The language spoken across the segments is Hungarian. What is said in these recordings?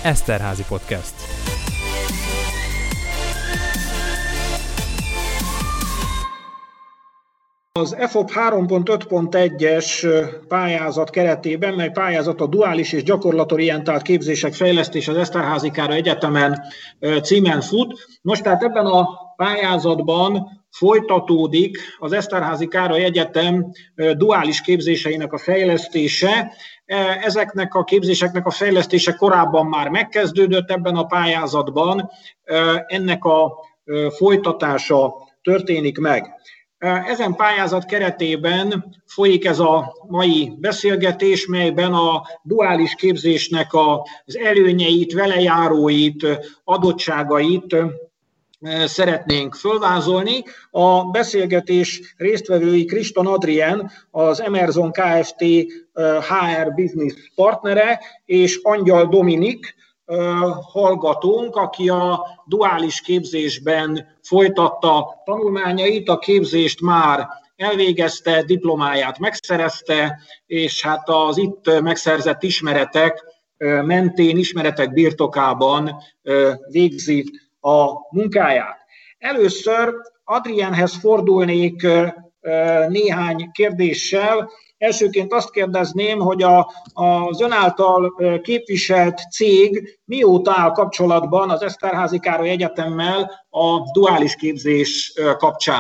Eszterházy Podcast. Az EFOP 3.5.1-es pályázat keretében, mely pályázat a duális és gyakorlatorientált képzések fejlesztés az Eszterházy Károly Egyetemen címen fut. Most tehát ebben a pályázatban folytatódik az Eszterházy Károly Egyetem duális képzéseinek a fejlesztése. Ezeknek a képzéseknek a fejlesztése korábban már megkezdődött ebben a pályázatban, ennek a folytatása történik meg. Ezen pályázat keretében folyik ez a mai beszélgetés, melyben a duális képzésnek az előnyeit, velejáróit, adottságait szeretnénk fölvázolni. A beszélgetés résztvevői Kriston Adrien, az Emerson Kft. HR Business partnere, és Angyal Dominik, hallgatónk, aki a duális képzésben folytatta tanulmányait, a képzést már elvégezte, diplomáját megszerezte, és hát az itt megszerzett ismeretek mentén, ismeretek birtokában végzi a munkáját. Először Adrienhez fordulnék néhány kérdéssel. Elsőként azt kérdezném, hogy az ön által képviselt cég mióta áll kapcsolatban az Eszterházy Károly Egyetemmel a duális képzés kapcsán?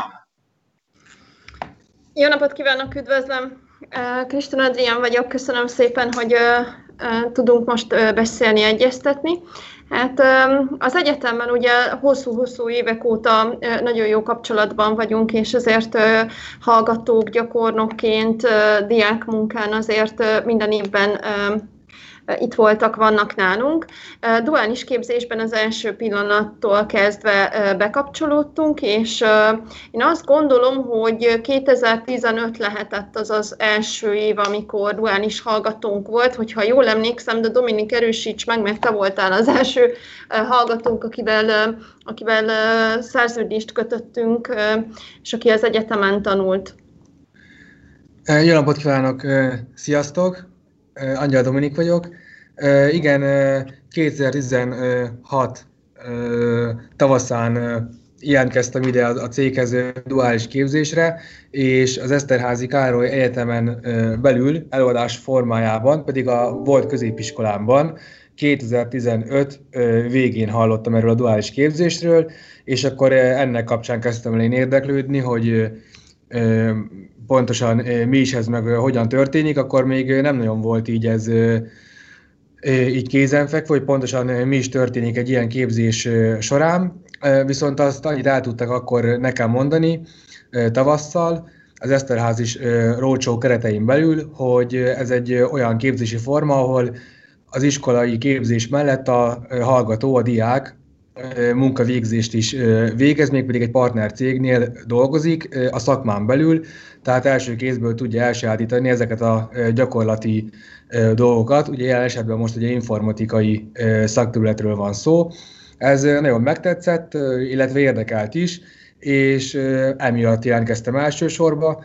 Jó napot kívánok, üdvözlöm! Kriston Adrien vagyok, köszönöm szépen, hogy tudunk most beszélni, egyeztetni. Hát az egyetemben ugye hosszú-hosszú évek óta nagyon jó kapcsolatban vagyunk, és ezért hallgatók, gyakornokként, diákmunkán azért minden évben itt voltak, vannak nálunk. Duális képzésben az első pillanattól kezdve bekapcsolódtunk, és én azt gondolom, hogy 2015 lehetett az első év, amikor duális hallgatónk volt, hogyha jól emlékszem, de Dominik, erősíts meg, mert te voltál az első hallgatónk, akivel szerződést kötöttünk, és aki az egyetemen tanult. Jó napot kívánok! Sziasztok! Angyal Dominik vagyok. Igen, 2016 tavaszán jelentkeztem ide a céghez duális képzésre, és az Eszterházy Károly Egyetemen belül előadás formájában, pedig a volt középiskolámban 2015 végén hallottam erről a duális képzésről, és akkor ennek kapcsán kezdtem el én érdeklődni, hogy pontosan mi is ez, meg hogyan történik, akkor még nem nagyon volt így ez így kézenfekvő, hogy pontosan mi is történik egy ilyen képzés során, viszont azt annyit el tudtak akkor nekem mondani tavasszal, az Eszterházy roadshow keretein belül, hogy ez egy olyan képzési forma, ahol az iskolai képzés mellett a hallgató, a diák munkavégzést is végez, mégpedig egy partner cégnél dolgozik a szakmán belül, tehát első kézből tudja elsajátítani ezeket a gyakorlati dolgokat. Ugye jelen esetben most egy informatikai szakterületről van szó. Ez nagyon megtetszett, illetve érdekelt is, és emiatt jelentkeztem elsősorba.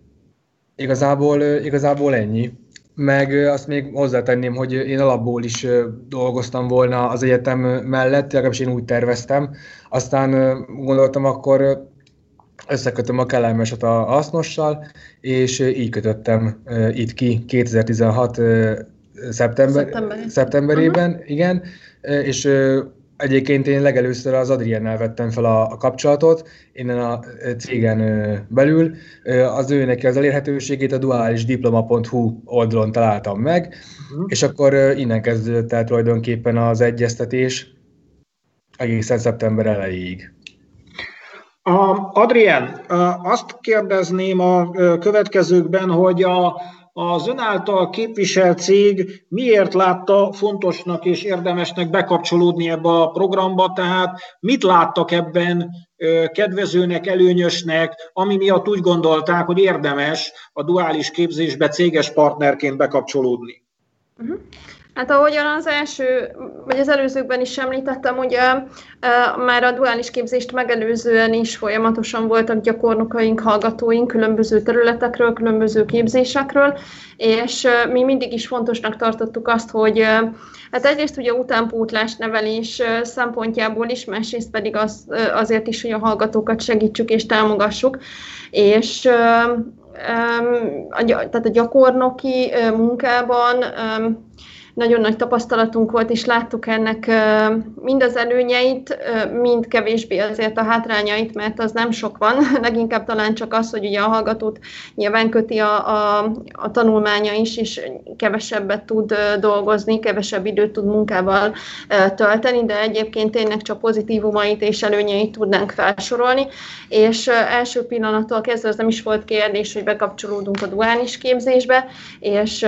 Igazából ennyi. Meg azt még hozzátenném, hogy én alapból is dolgoztam volna az egyetem mellett, legalábbis én úgy terveztem. Aztán gondoltam, akkor összekötöm a kellemeset a hasznossal, és így kötöttem itt ki 2016 szeptemberében, igen, és egyébként én legelőször az Adriennel vettem fel a kapcsolatot, innen a cégen belül. Az ő neki az elérhetőségét a dualisdiploma.hu oldalon találtam meg, és akkor innen kezdődött el tulajdonképpen az egyeztetés egészen szeptember elejéig. Adrien, azt kérdezném a következőkben, hogy az ön által képviselt cég miért látta fontosnak és érdemesnek bekapcsolódni ebbe a programba, tehát mit láttak ebben kedvezőnek, előnyösnek, ami miatt úgy gondolták, hogy érdemes a duális képzésbe céges partnerként bekapcsolódni? Hát ahogyan az előzőkben is említettem, ugye már a duális képzést megelőzően is folyamatosan voltak gyakornokaink, hallgatóink különböző területekről, különböző képzésekről, és mi mindig is fontosnak tartottuk azt, hogy hát egyrészt ugye utánpótlás nevelés szempontjából is, másrészt pedig azért is, hogy a hallgatókat segítsük és támogassuk, és tehát a gyakornoki munkában nagyon nagy tapasztalatunk volt, és láttuk ennek mind az előnyeit, mind kevésbé azért a hátrányait, mert az nem sok van, leginkább talán csak az, hogy ugye a hallgatót nyilván köti a tanulmánya is, és kevesebbet tud dolgozni, kevesebb időt tud munkával tölteni, de egyébként tényleg csak pozitívumait és előnyeit tudnánk felsorolni, és első pillanattól kezdve az nem is volt kérdés, hogy bekapcsolódunk a duális képzésbe, és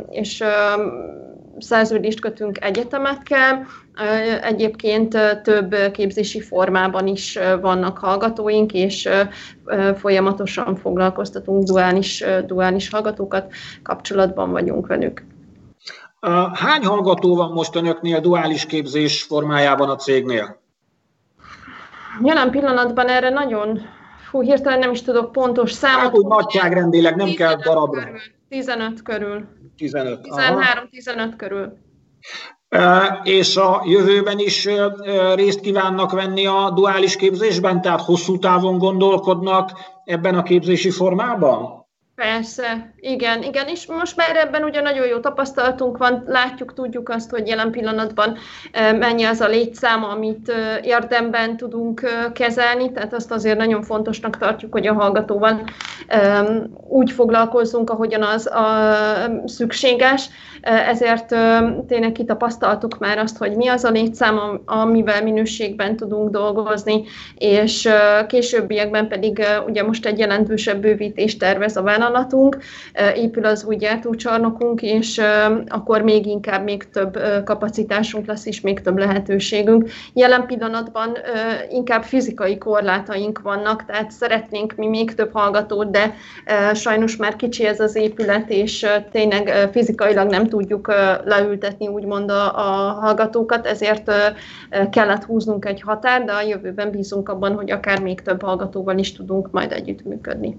szerződést kötünk egyetemekkel, egyébként több képzési formában is vannak hallgatóink, és folyamatosan foglalkoztatunk duális hallgatókat, kapcsolatban vagyunk velük. Hány hallgató van most önöknél duális képzés formájában a cégnél? Jelen pillanatban erre nagyon, hirtelen nem is tudok pontos számot. Hát úgy nagyságrendileg, nem kell darabra. 15 körül. 13-15 körül. És a jövőben is részt kívánnak venni a duális képzésben, tehát hosszú távon gondolkodnak ebben a képzési formában? Persze, igen, és most már ebben ugye nagyon jó tapasztalatunk van, látjuk, tudjuk azt, hogy jelen pillanatban mennyi az a létszám, amit érdemben tudunk kezelni, tehát azt azért nagyon fontosnak tartjuk, hogy a hallgatóval úgy foglalkozzunk, ahogyan az szükséges, ezért tényleg kitapasztaltuk már azt, hogy mi az a létszám, amivel minőségben tudunk dolgozni, és későbbiekben pedig ugye most egy jelentősebb bővítést tervez a vállalatunk, épül az új gyártócsarnokunk, és akkor még inkább még több kapacitásunk lesz, és még több lehetőségünk. Jelen pillanatban inkább fizikai korlátaink vannak, tehát szeretnénk mi még több hallgatót, de sajnos már kicsi ez az épület, és tényleg fizikailag nem tudjuk leültetni úgymond a hallgatókat, ezért kellett húznunk egy határt, de a jövőben bízunk abban, hogy akár még több hallgatóval is tudunk majd együttműködni.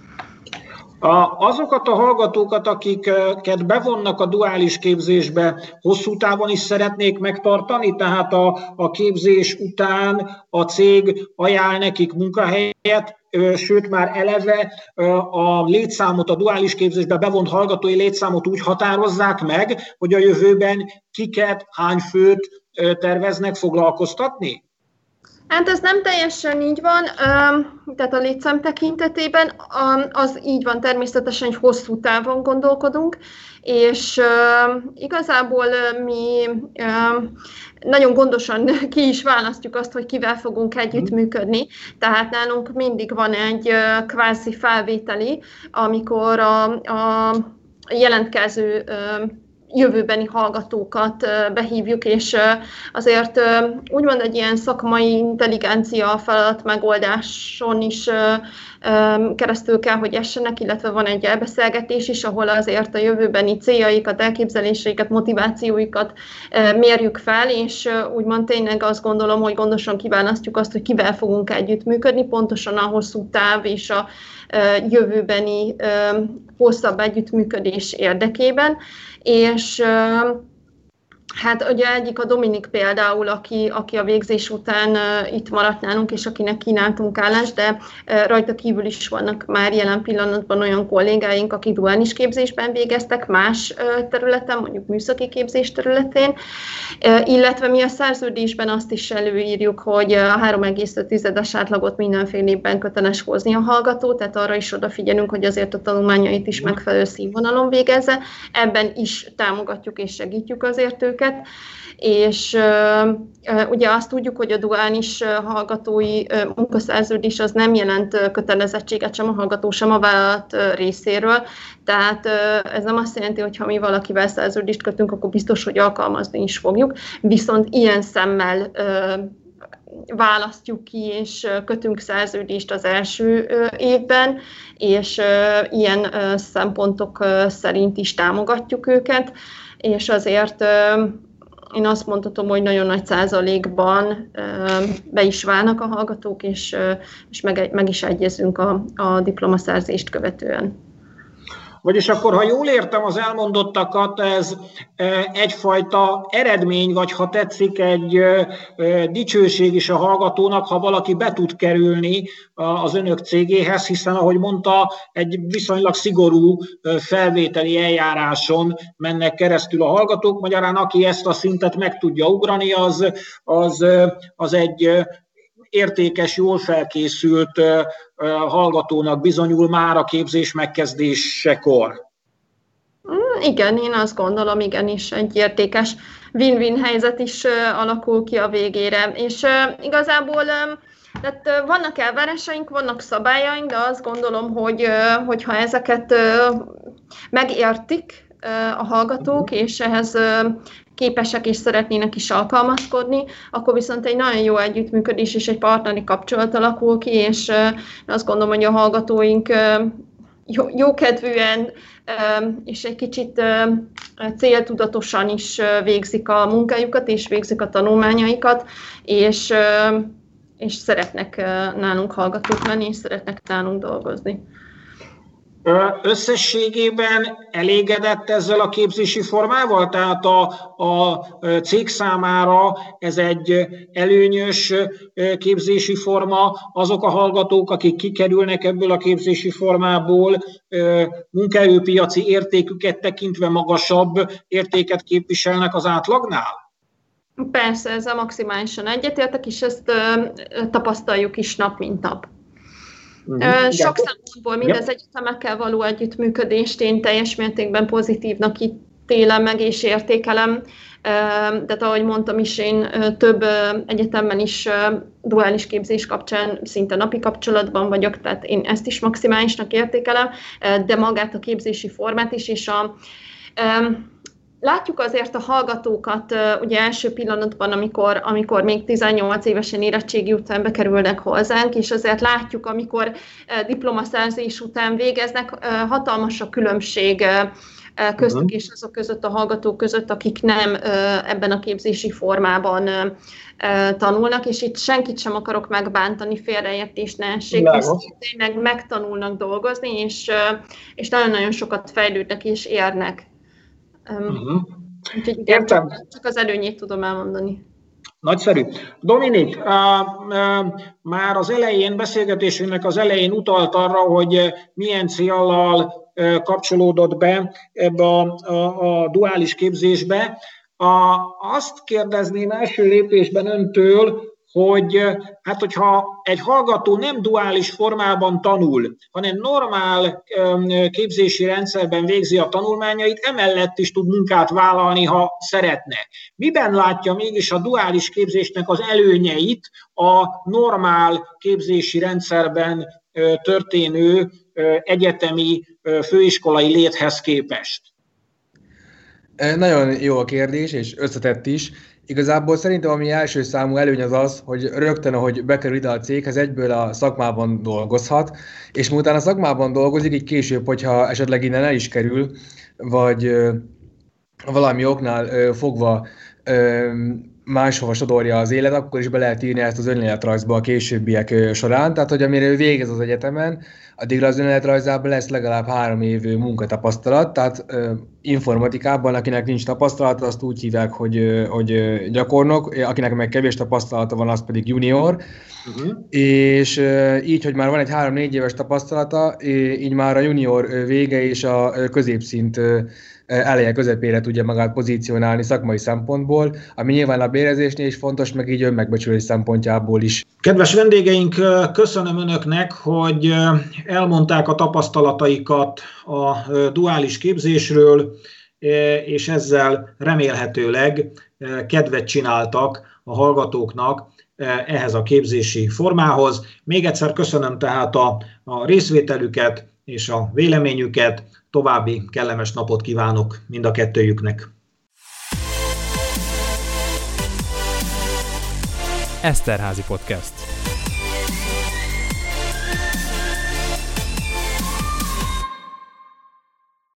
Azokat a hallgatókat, akiket bevonnak a duális képzésbe, hosszú távon is szeretnék megtartani, tehát a képzés után a cég ajánl nekik munkahelyet, sőt már eleve a létszámot, a duális képzésbe bevont hallgatói létszámot úgy határozzák meg, hogy a jövőben kiket, hány főt terveznek foglalkoztatni? Hát ez nem teljesen így van, tehát a létszám tekintetében az így van természetesen, hogy hosszú távon gondolkodunk, és igazából mi nagyon gondosan ki is választjuk azt, hogy kivel fogunk együttműködni, tehát nálunk mindig van egy kvázi felvételi, amikor a jelentkező jövőbeni hallgatókat behívjuk, és azért úgymond egy ilyen szakmai intelligencia feladat megoldáson is keresztül kell, hogy essenek, illetve van egy elbeszélgetés is, ahol azért a jövőbeni céljaikat, elképzeléseiket, motivációikat mérjük fel, és úgymond tényleg azt gondolom, hogy gondosan kiválasztjuk azt, hogy kivel fogunk együttműködni, pontosan a hosszú táv és a jövőbeni hosszabb együttműködés érdekében, és hát ugye egyik a Dominik például, aki a végzés után itt maradt nálunk, és akinek kínáltunk állást, de rajta kívül is vannak már jelen pillanatban olyan kollégáink, akik duális képzésben végeztek más területen, mondjuk műszaki képzés területén, illetve mi a szerződésben azt is előírjuk, hogy a 3,5-es átlagot mindenféle évben köteles hozni a hallgató, tehát arra is odafigyelünk, hogy azért a tanulmányait is megfelelő színvonalon végezze, ebben is támogatjuk és segítjük azért őket. És ugye azt tudjuk, hogy a duális hallgatói munkaszerződés az nem jelent kötelezettséget sem a hallgató, sem a vállalat részéről, tehát ez nem azt jelenti, hogy ha mi valakivel szerződést kötünk, akkor biztos, hogy alkalmazni is fogjuk, viszont ilyen szemmel választjuk ki, és kötünk szerződést az első évben, és ilyen szempontok szerint is támogatjuk őket, és azért én azt mondhatom, hogy nagyon nagy százalékban be is válnak a hallgatók, és meg is egyezünk a diplomaszerzést követően. Vagyis akkor, ha jól értem az elmondottakat, ez egyfajta eredmény, vagy ha tetszik, egy dicsőség is a hallgatónak, ha valaki be tud kerülni az önök cégéhez, hiszen, ahogy mondta, egy viszonylag szigorú felvételi eljáráson mennek keresztül a hallgatók. Magyarán, aki ezt a szintet meg tudja ugrani, az egy értékes, jól felkészült hallgatónak bizonyul már a képzés megkezdésekor. Igen, én azt gondolom, igenis egy értékes win-win helyzet is alakul ki a végére. És igazából tehát vannak elvárásaink, vannak szabályaink, de azt gondolom, hogy ha ezeket megértik a hallgatók, és ehhez képesek és szeretnének is alkalmazkodni, akkor viszont egy nagyon jó együttműködés és egy partneri kapcsolat alakul ki, és azt gondolom, hogy a hallgatóink jókedvűen és egy kicsit céltudatosan is végzik a munkájukat, és végzik a tanulmányaikat, és szeretnek nálunk hallgatók lenni, és szeretnek nálunk dolgozni. Összességében elégedett ezzel a képzési formával? Tehát a cég számára ez egy előnyös képzési forma, azok a hallgatók, akik kikerülnek ebből a képzési formából, munkaerőpiaci értéküket tekintve magasabb értéket képviselnek az átlagnál? Persze, ezzel maximálisan egyetértek, és ezt tapasztaljuk is nap, mint nap. Sok szempontból mindez egyetemekkel való együttműködést én teljes mértékben pozitívnak ítélem meg és értékelem. De ahogy mondtam is, én több egyetemben is duális képzés kapcsán szinte napi kapcsolatban vagyok, tehát én ezt is maximálisnak értékelem, de magát a képzési formát is, és látjuk azért a hallgatókat ugye első pillanatban, amikor még 18 évesen érettségi után bekerülnek hozzánk, és azért látjuk, amikor diplomaszerzés után végeznek, hatalmas a különbség köztük és azok között, a hallgatók között, akik nem ebben a képzési formában tanulnak, és itt senkit sem akarok megbántani, félreértés ne essék, tényleg megtanulnak dolgozni, és nagyon-nagyon sokat fejlődnek és érnek. Úgyhogy igen, csak az előnyét tudom elmondani. Nagyszerű. Dominik, már az elején, beszélgetésünknek az elején utalt arra, hogy milyen céllal kapcsolódott be ebbe a duális képzésbe. Azt kérdezném első lépésben öntől, hogy hát hogyha egy hallgató nem duális formában tanul, hanem normál képzési rendszerben végzi a tanulmányait, emellett is tud munkát vállalni, ha szeretne. Miben látja mégis a duális képzésnek az előnyeit a normál képzési rendszerben történő egyetemi főiskolai léthez képest? Nagyon jó a kérdés, és összetett is. Igazából szerintem ami első számú előny az, hogy rögtön, ahogy bekerül ide a céghez, egyből a szakmában dolgozhat, és miután a szakmában dolgozik, így később, hogyha esetleg innen el is kerül, vagy valami oknál fogva máshova sodorja az élet, akkor is be lehet írni ezt az önéletrajzba a későbbiek során. Tehát, hogy amire ő végez az egyetemen, addigra az önéletrajzában lesz legalább 3 év munkatapasztalat, tehát informatikában, akinek nincs tapasztalata, azt úgy hívják, hogy gyakornok, akinek meg kevés tapasztalata van, az pedig junior, és így, hogy már van egy 3-4 éves tapasztalata, így már a junior vége és a középszint eleje közepére tudja magát pozícionálni szakmai szempontból, ami nyilván a bérezésnél is fontos, meg így önmegbecsülés szempontjából is. Kedves vendégeink, köszönöm Önöknek, hogy elmondták a tapasztalataikat a duális képzésről, és ezzel remélhetőleg kedvet csináltak a hallgatóknak ehhez a képzési formához. Még egyszer köszönöm tehát a részvételüket és a véleményüket. További kellemes napot kívánok mind a kettőjüknek. Eszterházy Podcast.